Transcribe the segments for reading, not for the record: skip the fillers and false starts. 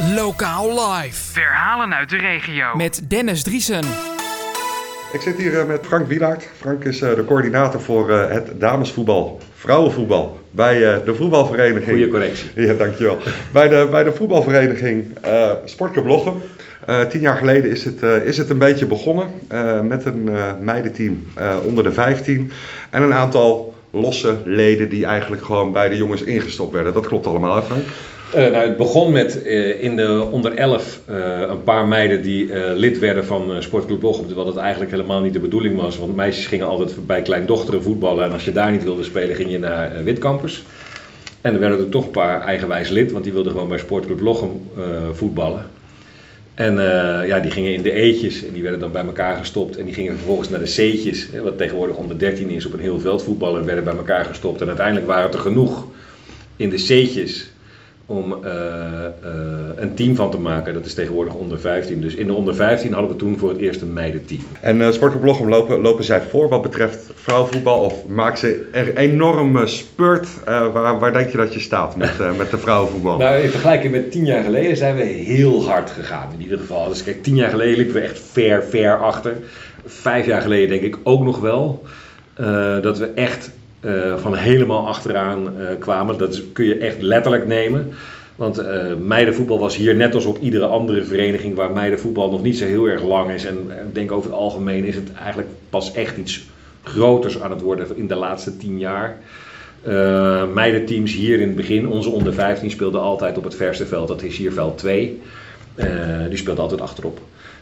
Lokaal Live. Verhalen uit de regio. Met Dennis Driesen. Ik zit hier met Frank Wielaert. Frank is de coördinator voor het damesvoetbal, vrouwenvoetbal bij de voetbalvereniging. Goeie correctie. Ja, dankjewel. bij de voetbalvereniging Sportclub Lochem. 10 jaar geleden is het een beetje begonnen met een meidenteam onder de 15 en een aantal losse leden die eigenlijk gewoon bij de jongens ingestopt werden. Dat klopt allemaal, hè Frank? Het begon met in de onder 11 een paar meiden die lid werden van Sportclub Lochem, terwijl dat eigenlijk helemaal niet de bedoeling was. Want meisjes gingen altijd bij kleindochteren voetballen en als je daar niet wilde spelen ging je naar Witkampers. En er werden er toch een paar eigenwijs lid, want die wilden gewoon bij Sportclub Lochem voetballen. En die gingen in de E'tjes en die werden dan bij elkaar gestopt en die gingen vervolgens naar de C'tjes, wat tegenwoordig onder 13 is, op een heel veld voetballen en werden bij elkaar gestopt. En uiteindelijk waren het er genoeg in de C'tjes om een team van te maken. Dat is tegenwoordig onder 15. Dus in de onder 15 hadden we toen voor het eerst een meidenteam. En Sportclub Lochem lopen zij voor wat betreft vrouwenvoetbal? Of maken ze er enorm spurt? Waar denk je dat je staat met de vrouwenvoetbal? Nou, in vergelijking met 10 jaar geleden zijn we heel hard gegaan in ieder geval. Dus kijk, 10 jaar geleden liepen we echt ver achter. 5 jaar geleden denk ik ook nog wel. Dat we echt van helemaal achteraan kwamen. Dat kun je echt letterlijk nemen. Want meidenvoetbal was hier net als op iedere andere vereniging waar meidenvoetbal nog niet zo heel erg lang is. En ik denk over het algemeen is het eigenlijk pas echt iets groters aan het worden in de laatste 10 jaar. Meidenteams hier in het begin, onze onder 15 speelden altijd op het verste veld. Dat is hier veld 2. Die speelde altijd achterop.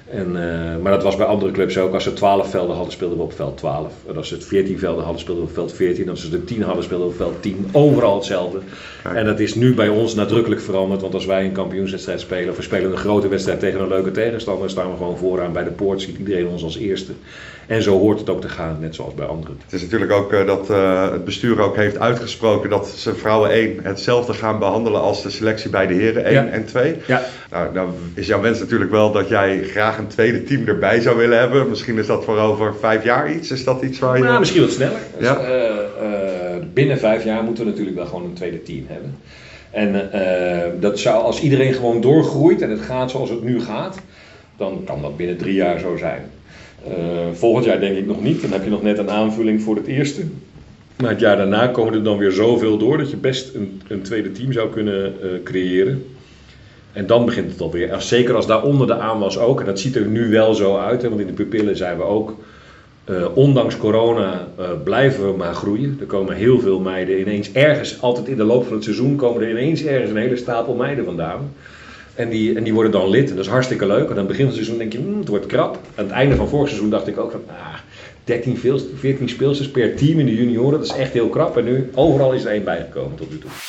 Maar dat was bij andere clubs ook. Als ze 12 velden hadden, speelden we op veld 12. En als ze 14 velden hadden, speelden we op veld 14. En als ze er 10 hadden, speelden we op veld 10. Overal hetzelfde. En dat is nu bij ons nadrukkelijk veranderd. Want als wij een kampioenswedstrijd spelen, of we spelen een grote wedstrijd tegen een leuke tegenstander, staan we gewoon vooraan bij de poort. Ziet iedereen ons als eerste. En zo hoort het ook te gaan, net zoals bij anderen. Het is natuurlijk ook dat het bestuur ook heeft uitgesproken dat ze vrouwen 1 hetzelfde gaan behandelen als de selectie bij de heren 1 en 2. Ja. Nou is jouw wens natuurlijk wel dat jij graag een tweede team erbij zou willen hebben. Misschien is dat voor over 5 jaar iets. Is dat iets waar je... Nou, misschien wat sneller. Ja. Dus, binnen 5 jaar moeten we natuurlijk wel gewoon een tweede team hebben. En dat zou, als iedereen gewoon doorgroeit en het gaat zoals het nu gaat, dan kan dat binnen 3 jaar zo zijn. Volgend jaar denk ik nog niet. Dan heb je nog net een aanvulling voor het eerste. Maar het jaar daarna komen er dan weer zoveel door dat je best een tweede team zou kunnen creëren. En dan begint het alweer. Zeker als daaronder de aanwas ook. En dat ziet er nu wel zo uit. Hè, want in de pupillen zijn we ook. Ondanks corona blijven we maar groeien. Er komen heel veel meiden ineens ergens. Altijd in de loop van het seizoen komen er ineens ergens een hele stapel meiden vandaan. En die worden dan lid. En dat is hartstikke leuk. En aan het begin van het seizoen denk je, het wordt krap. Aan het einde van vorig seizoen dacht ik ook van 13, 14 speelsters per team in de junioren. Dat is echt heel krap. En nu overal is er 1 bijgekomen tot nu toe.